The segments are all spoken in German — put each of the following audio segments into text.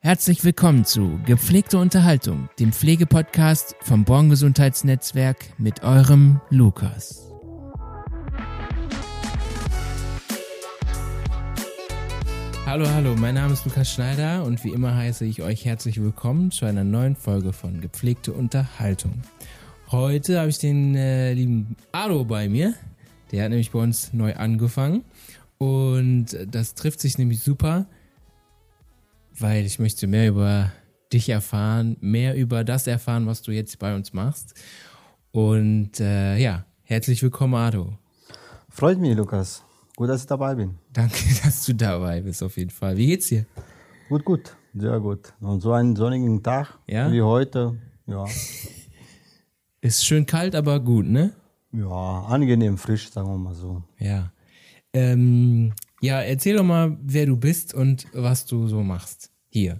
Herzlich willkommen zu Gepflegte Unterhaltung, dem Pflegepodcast vom Born Gesundheitsnetzwerk mit eurem Lukas. Hallo, mein Name ist Lukas Schneider und wie immer heiße ich euch herzlich willkommen zu einer neuen Folge von Gepflegte Unterhaltung. Heute habe ich den lieben Ado bei mir, der hat nämlich bei uns neu angefangen und das trifft sich nämlich super, weil ich möchte mehr über dich erfahren, mehr über das erfahren, was du jetzt bei uns machst. Und herzlich willkommen, Ado. Freut mich, Lukas. Gut, dass ich dabei bin. Danke, dass du dabei bist, auf jeden Fall. Wie geht's dir? Gut, sehr gut. Und so einen sonnigen Tag wie heute, ja. Ist schön kalt, aber gut, ne? Ja, angenehm frisch, sagen wir mal so. Ja. Erzähl doch mal, wer du bist und was du so machst hier.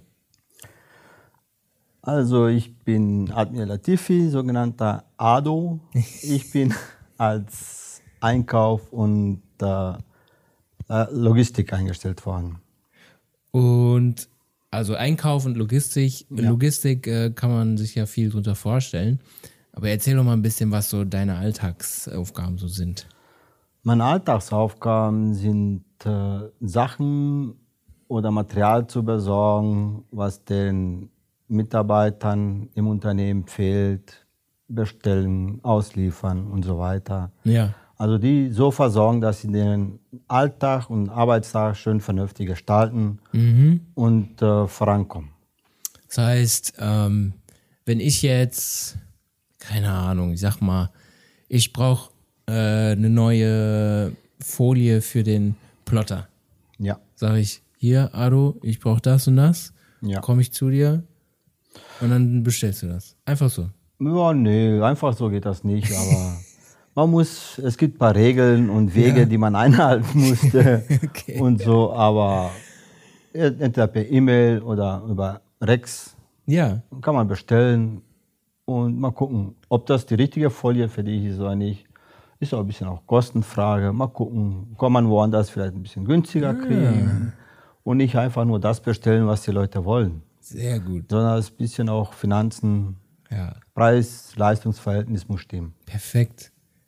Also ich bin Admir Latifi, sogenannter Ado. Ich bin als Einkauf und Logistik eingestellt worden. Und also Einkauf und Logistik, kann man sich ja viel drunter vorstellen. Aber erzähl doch mal ein bisschen, was so deine Alltagsaufgaben so sind. Meine Alltagsaufgaben sind Sachen oder Material zu besorgen, was den Mitarbeitern im Unternehmen fehlt, bestellen, ausliefern und so weiter. Ja. Also die so versorgen, dass sie den Alltag und Arbeitstag schön vernünftig gestalten und vorankommen. Das heißt, wenn ich jetzt, keine Ahnung, ich sag mal, ich brauche eine neue Folie für den Plotter. Ja. Sag ich, hier, Ado, ich brauche das und das. Ja. Komme ich zu dir und dann bestellst du das. Einfach so. Ja, nee, einfach so geht das nicht, aber es gibt ein paar Regeln und Wege, die man einhalten musste und so, aber entweder per E-Mail oder über Rex kann man bestellen und mal gucken, ob das die richtige Folie für dich ist oder nicht. Ist auch ein bisschen auch Kostenfrage. Mal gucken, kann man woanders vielleicht ein bisschen günstiger kriegen und nicht einfach nur das bestellen, was die Leute wollen. Sehr gut. Sondern ein bisschen auch Finanzen, Preis-Leistungsverhältnis muss stimmen. Perfekt.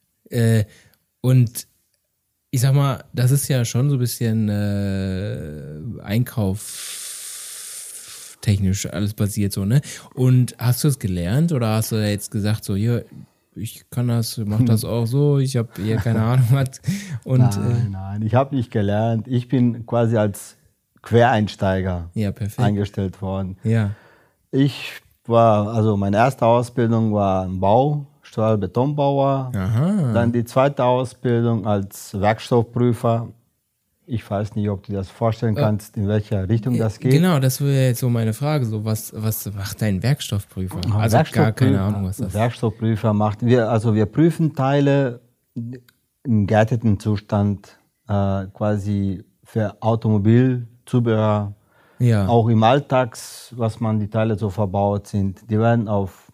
Und ich sag mal, das ist ja schon so ein bisschen einkaufstechnisch alles basiert so, ne? Und hast du es gelernt oder hast du jetzt gesagt so, hier, ich kann das, mach das auch so, ich habe hier keine Ahnung was. Und, nein, ich habe nicht gelernt. Ich bin quasi als Quereinsteiger eingestellt worden. Ja. Meine erste Ausbildung war im Bau, Stahl-Betonbauer. Aha. Dann die zweite Ausbildung als Werkstoffprüfer. Ich weiß nicht, ob du dir das vorstellen kannst, in welcher Richtung das geht. Genau, das wäre jetzt so meine Frage. So, was macht dein Werkstoffprüfer? Also gar keine Ahnung, was das ist. Werkstoffprüfer wir prüfen Teile im gehärteten Zustand, quasi für Automobilzubehör. Ja. Auch im Alltags, was man die Teile so verbaut sind. Die werden auf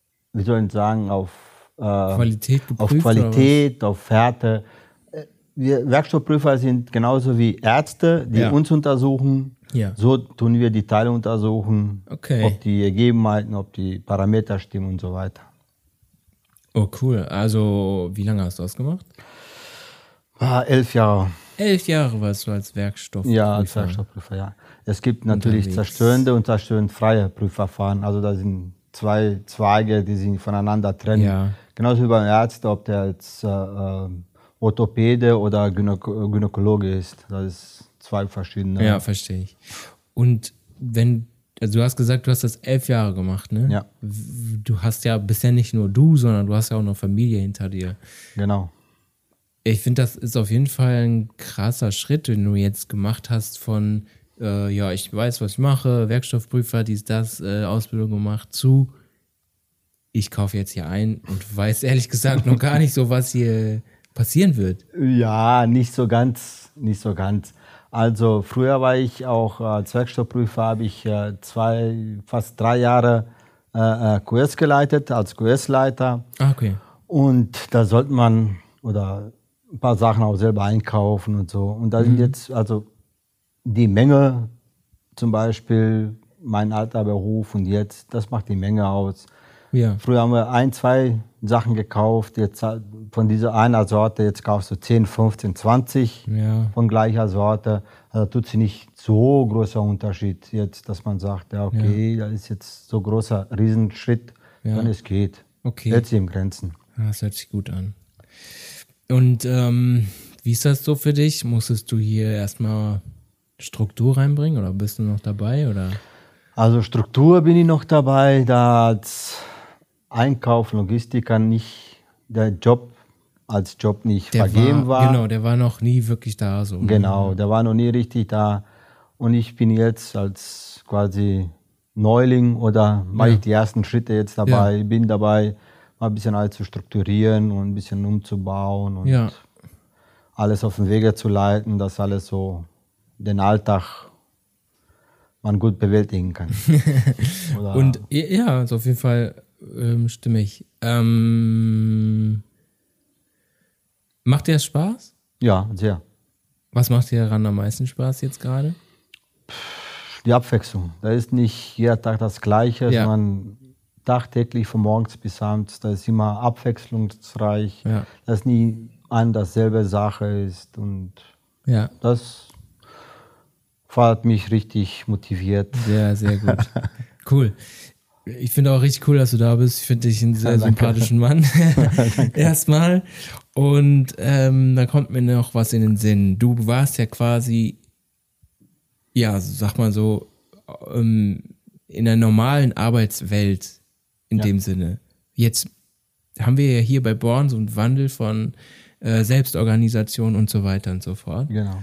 Qualität geprüft? Auf Qualität, auf Härte. Wir Werkstoffprüfer sind genauso wie Ärzte, die uns untersuchen. Ja. So tun wir die Teile untersuchen, Okay. ob die Gegebenheiten, ob die Parameter stimmen und so weiter. Oh, cool. Also, wie lange hast du das gemacht? 11 Jahre. 11 Jahre warst du als Werkstoffprüfer. Ja, als Werkstoffprüfer, ja. Es gibt natürlich zerstörende und zerstörungsfreie Prüfverfahren. Also da sind zwei Zweige, die sich voneinander trennen. Ja. Genauso wie beim Arzt, ob der jetzt Orthopäde oder Gynäkologe ist. Das ist zwei verschiedene. Ja, verstehe ich. Und du hast gesagt, du hast das 11 Jahre gemacht, ne? Ja. Du hast ja bisher nicht nur du, sondern du hast ja auch eine Familie hinter dir. Genau. Ich finde, das ist auf jeden Fall ein krasser Schritt, den du jetzt gemacht hast von, ich weiß, was ich mache, Werkstoffprüfer, das, Ausbildung gemacht, zu, ich kaufe jetzt hier ein und weiß ehrlich gesagt noch gar nicht so, was hier passieren wird. Ja, nicht so ganz. Also früher war ich auch als Werkstoffprüfer, habe ich fast 3 Jahre QS geleitet, als QS-Leiter. Okay. Und da sollte man ein paar Sachen auch selber einkaufen und so. Und da sind jetzt also die Menge zum Beispiel mein alter Beruf und jetzt, das macht die Menge aus. Ja. Früher haben wir 1, 2 Sachen gekauft, jetzt von dieser einer Sorte, jetzt kaufst du 10, 15, 20 von gleicher Sorte. Also tut sich nicht so großer Unterschied jetzt, dass man sagt, ja okay, das ist jetzt so großer Riesenschritt, sondern es geht. Okay. Hält sich im Grenzen. Das hört sich gut an. Und wie ist das so für dich? Musstest du hier erstmal Struktur reinbringen oder bist du noch dabei? Oder? Also Struktur bin ich noch dabei, da als Einkauf, Logistiker nicht der Job als Job nicht vergeben war. Genau, der war noch nie wirklich da. So. Genau, der war noch nie richtig da. Und ich bin jetzt als quasi Neuling oder mache ich die ersten Schritte jetzt dabei, bin dabei, mal ein bisschen alles zu strukturieren und ein bisschen umzubauen und alles auf den Wege zu leiten, dass alles so den Alltag man gut bewältigen kann. Und ja, also auf jeden Fall stimmig. Macht dir das Spaß? Ja, sehr. Was macht dir daran am meisten Spaß jetzt gerade? Die Abwechslung. Da ist nicht jeder Tag das Gleiche, sondern tagtäglich von morgens bis abends. Da ist immer abwechslungsreich. Ja. Dass nie an dasselbe Sache ist. Und das hat mich richtig motiviert. Ja, sehr gut. Cool. Ich finde auch richtig cool, dass du da bist. Ich finde dich einen sehr sympathischen Mann. Erstmal. Und da kommt mir noch was in den Sinn. Du warst ja quasi, ja, sag mal so, in der normalen Arbeitswelt in dem Sinne. Jetzt haben wir ja hier bei Born so einen Wandel von Selbstorganisation und so weiter und so fort. Genau.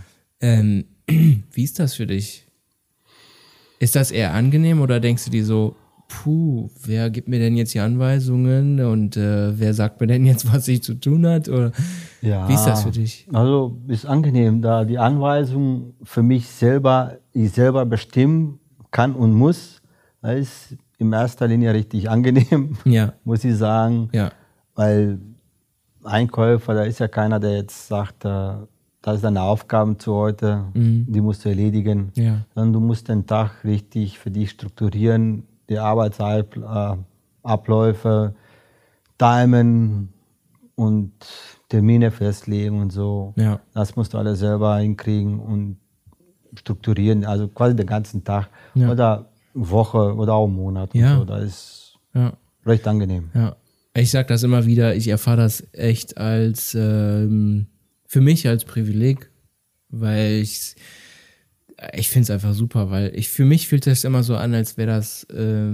Wie ist das für dich? Ist das eher angenehm oder denkst du dir so, wer gibt mir denn jetzt die Anweisungen und wer sagt mir denn jetzt, was ich zu tun hat? Oder wie ist das für dich? Also ist angenehm, da die Anweisung für mich selber, ich selber bestimmen kann und muss. Das ist in erster Linie richtig angenehm, muss ich sagen. Ja. Weil Einkäufer, da ist ja keiner, der jetzt sagt, das ist deine Aufgaben zu heute, die musst du erledigen. Ja. Sondern du musst den Tag richtig für dich strukturieren, die Arbeitsabläufe timen und Termine festlegen und so. Ja. Das musst du alles selber hinkriegen und strukturieren, also quasi den ganzen Tag oder Woche oder auch Monat. Und so. Das ist recht angenehm. Ja. Ich sage das immer wieder, ich erfahre das echt als für mich als Privileg, weil ich finde es einfach super, weil für mich fühlt das immer so an, als wäre das,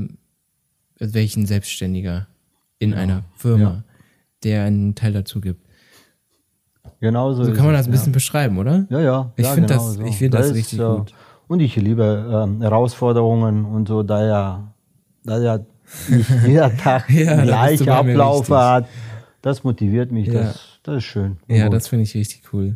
als wäre ich ein Selbstständiger in einer Firma, der einen Teil dazu gibt. Genau so kann man das ein bisschen beschreiben, oder? Ja. Ich finde das richtig gut. Und ich liebe Herausforderungen und so, da ja nicht jeder Tag gleiche Abläufe hat. Das motiviert mich, das ist schön. Ja, gut. Das finde ich richtig cool.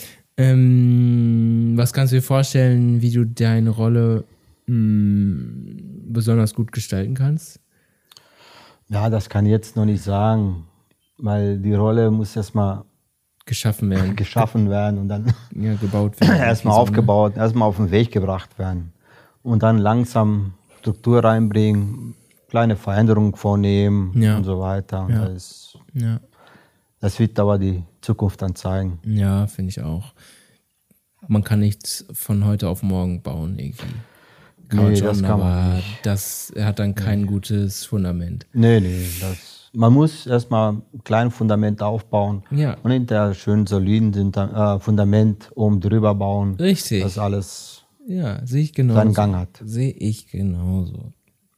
Was kannst du dir vorstellen, wie du deine Rolle besonders gut gestalten kannst? Ja, das kann ich jetzt noch nicht sagen, weil die Rolle muss erstmal geschaffen werden und dann gebaut werden. Erstmal aufgebaut, erstmal auf den Weg gebracht werden und dann langsam Struktur reinbringen, kleine Veränderungen vornehmen und so weiter. Und das wird aber die Zukunft dann zeigen. Ja, finde ich auch. Man kann nichts von heute auf morgen bauen irgendwie. Das kann man nicht. Das hat dann kein gutes Fundament. Nee, man muss erstmal ein kleines Fundament aufbauen und hinterher schön soliden Fundament oben drüber bauen. Richtig. Dass alles sehe ich genauso. seinen Gang hat. Sehe ich genauso.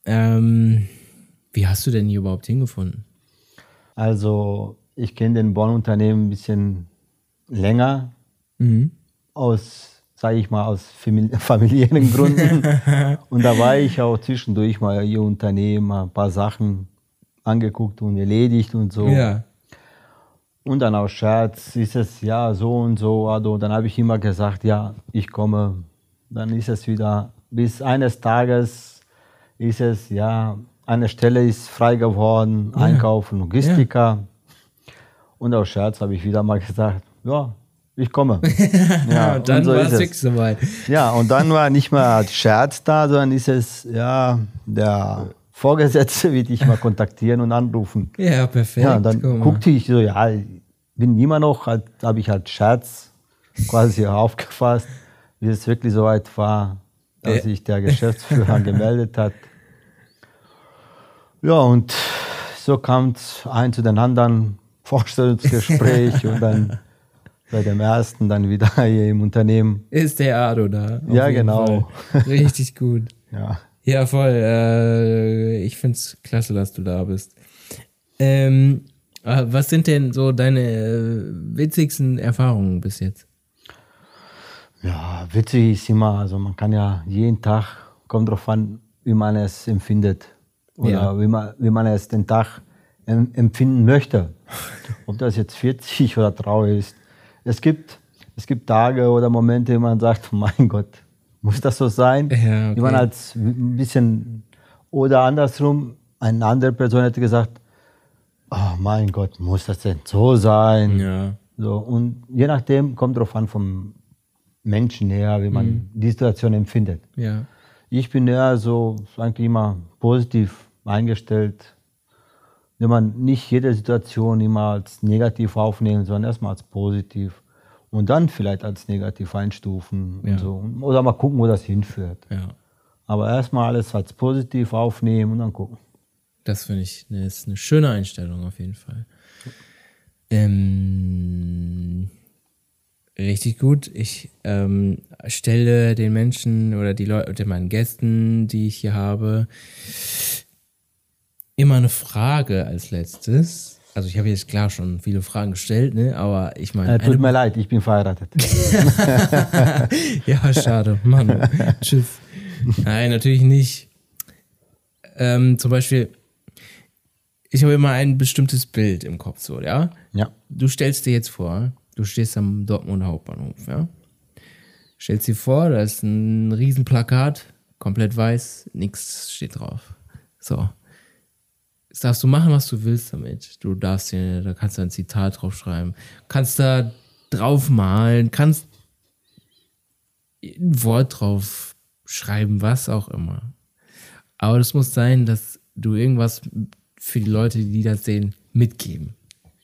Wie hast du denn hier überhaupt hingefunden? Also ich kenne den Born-Unternehmen ein bisschen länger, aus familiären Gründen. Und da war ich auch zwischendurch mal ihr Unternehmen, ein paar Sachen angeguckt und erledigt und so. Ja. Und dann aus Scherz ist es so und so. Also dann habe ich immer gesagt, ich komme. Dann ist es wieder, bis eines Tages ist es, eine Stelle ist frei geworden, Einkauf und Logistiker. Und aus Scherz habe ich wieder mal gesagt, ich komme. Ja, und dann war es wirklich soweit. Ja, und dann war nicht mal als Scherz da, sondern ist es, ja, der Vorgesetzte wird dich mal kontaktieren und anrufen. Ja, perfekt. Ja, und dann guckte ich so, ja, bin immer noch, habe ich als Scherz quasi aufgefasst, wie es wirklich soweit war, dass sich der Geschäftsführer gemeldet hat. Ja, und so kam es ein zu den anderen Vorstellungsgespräch und dann bei dem ersten dann wieder hier im Unternehmen. Ist der Ado da? Ja, genau. Fall. Richtig gut. Ja. Ja, voll. Ich find's klasse, dass du da bist. Was sind denn so deine witzigsten Erfahrungen bis jetzt? Ja, witzig ist immer, also man kann ja jeden Tag, kommt drauf an, wie man es empfindet oder wie man es den Tag empfinden möchte. Ob das jetzt 40 oder traurig ist. Es gibt Tage oder Momente, wo man sagt, mein Gott, muss das so sein? Ja, okay. Wie man als ein bisschen, oder andersrum, eine andere Person hätte gesagt, oh mein Gott, muss das denn so sein? Ja. So, und je nachdem kommt drauf an vom Menschen her, wie man die Situation empfindet. Ja. Ich bin eher so eigentlich immer positiv eingestellt. Wenn man nicht jede Situation immer als negativ aufnehmen, sondern erstmal als positiv und dann vielleicht als negativ einstufen und so. Oder mal gucken, wo das hinführt. Ja. Aber erstmal alles als positiv aufnehmen und dann gucken. Das finde ich, ist eine schöne Einstellung auf jeden Fall. Richtig gut. Ich stelle den Menschen oder die Leute oder meinen Gästen, die ich hier habe, immer eine Frage als letztes. Also ich habe jetzt klar schon viele Fragen gestellt, ne? Aber ich meine... Tut mir leid, ich bin verheiratet. Ja, schade. Mann, tschüss. Nein, natürlich nicht. Zum Beispiel, ich habe immer ein bestimmtes Bild im Kopf, so, ja? Ja. Du stellst dir jetzt vor, du stehst am Dortmunder Hauptbahnhof, ja? Stellst dir vor, da ist ein Riesenplakat, komplett weiß, nichts steht drauf. So. Jetzt darfst du machen, was du willst damit. Du darfst dir, da kannst du ein Zitat draufschreiben, kannst da drauf malen, kannst ein Wort drauf schreiben, was auch immer. Aber das muss sein, dass du irgendwas für die Leute, die das sehen, mitgeben.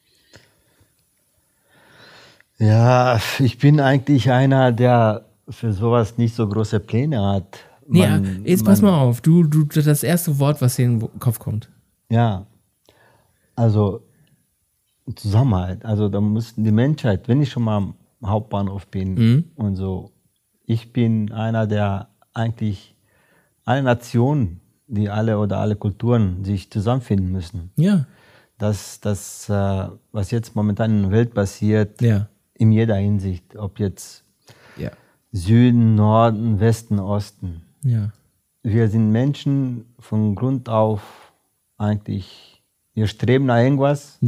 Ja, ich bin eigentlich einer, der für sowas nicht so große Pläne hat. Ja, jetzt pass mal auf, du das erste Wort, was dir in den Kopf kommt. Ja, also Zusammenhalt. Also da muss die Menschheit, wenn ich schon mal am Hauptbahnhof bin und so, ich bin einer, der eigentlich alle Nationen, die alle Kulturen sich zusammenfinden müssen. Ja. Das was jetzt momentan in der Welt passiert, in jeder Hinsicht, ob jetzt Süden, Norden, Westen, Osten. Ja. Wir sind Menschen von Grund auf eigentlich, wir streben nach irgendwas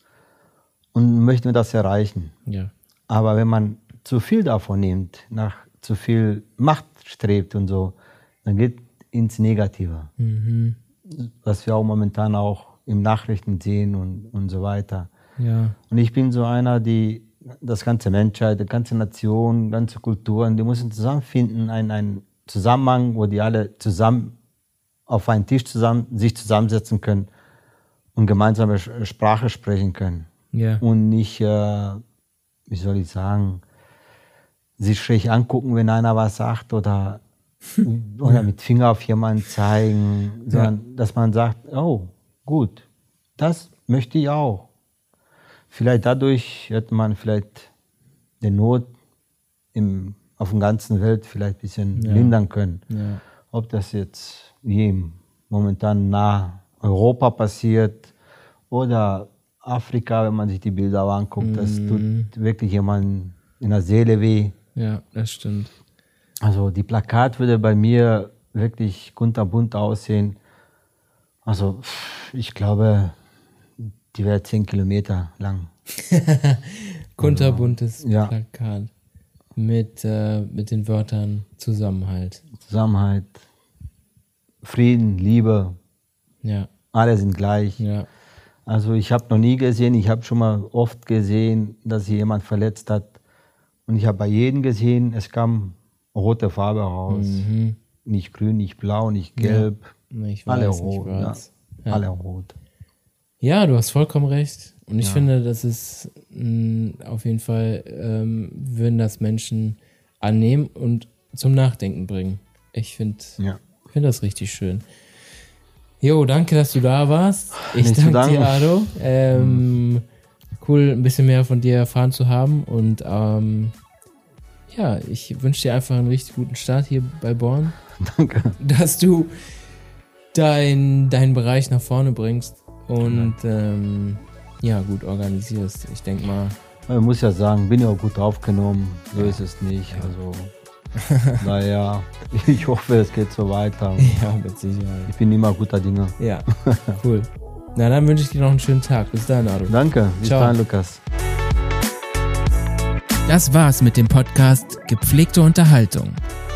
und möchten das erreichen. Ja. Aber wenn man zu viel davon nimmt, nach zu viel Macht strebt und so, dann geht ins Negative. Mhm. Was wir auch momentan auch in Nachrichten sehen und so weiter. Ja. Und ich bin so einer, die das ganze Menschheit, die ganze Nation, ganze Kulturen, die müssen zusammenfinden, einen Zusammenhang, wo die alle zusammen auf einen Tisch sich zusammensetzen können und gemeinsame Sprache sprechen können. Ja. Und nicht, wie soll ich sagen, sich schräg angucken, wenn einer was sagt oder mit Finger auf jemanden zeigen, sondern dass man sagt, oh, gut, das möchte ich auch. Vielleicht dadurch hätte man vielleicht die Not auf der ganzen Welt vielleicht ein bisschen lindern können. Ja. Ob das jetzt wie momentan nah Europa passiert oder Afrika, wenn man sich die Bilder anguckt, das tut wirklich jemandem in der Seele weh. Ja, das stimmt. Also die Plakat würde bei mir wirklich kunterbunt aussehen. Also ich glaube, die wäre 10 Kilometer lang. Kunterbuntes Plakat mit den Wörtern Zusammenhalt. Zusammenhalt, Frieden, Liebe, alle sind gleich. Ja. Also ich habe noch nie gesehen, ich habe schon mal oft gesehen, dass sich jemand verletzt hat, Und ich habe bei jedem gesehen, es kam rote Farbe raus. Nicht grün, nicht blau, nicht gelb. Ja, ich weiß, alle rot. Ja. Alle rot. Ja, du hast vollkommen recht. Und ich finde, das ist auf jeden Fall, würden das Menschen annehmen und zum Nachdenken bringen. Ich finde das richtig schön. Jo, danke, dass du da warst. Ich danke dir, Ado. Cool, ein bisschen mehr von dir erfahren zu haben. Und ich wünsche dir einfach einen richtig guten Start hier bei Born. Danke. Dass du deinen Bereich nach vorne bringst und gut organisierst. Ich denke mal. Man muss ja sagen, bin ja auch gut draufgenommen. So ist es nicht. Also, naja, ich hoffe, es geht so weiter. Ja, mit Sicherheit. Ich bin immer guter Dinge. Ja, cool. Na, dann wünsche ich dir noch einen schönen Tag. Bis dann, Ado. Danke. Bis dann, Lukas. Das war's mit dem Podcast Gepflegte Unterhaltung.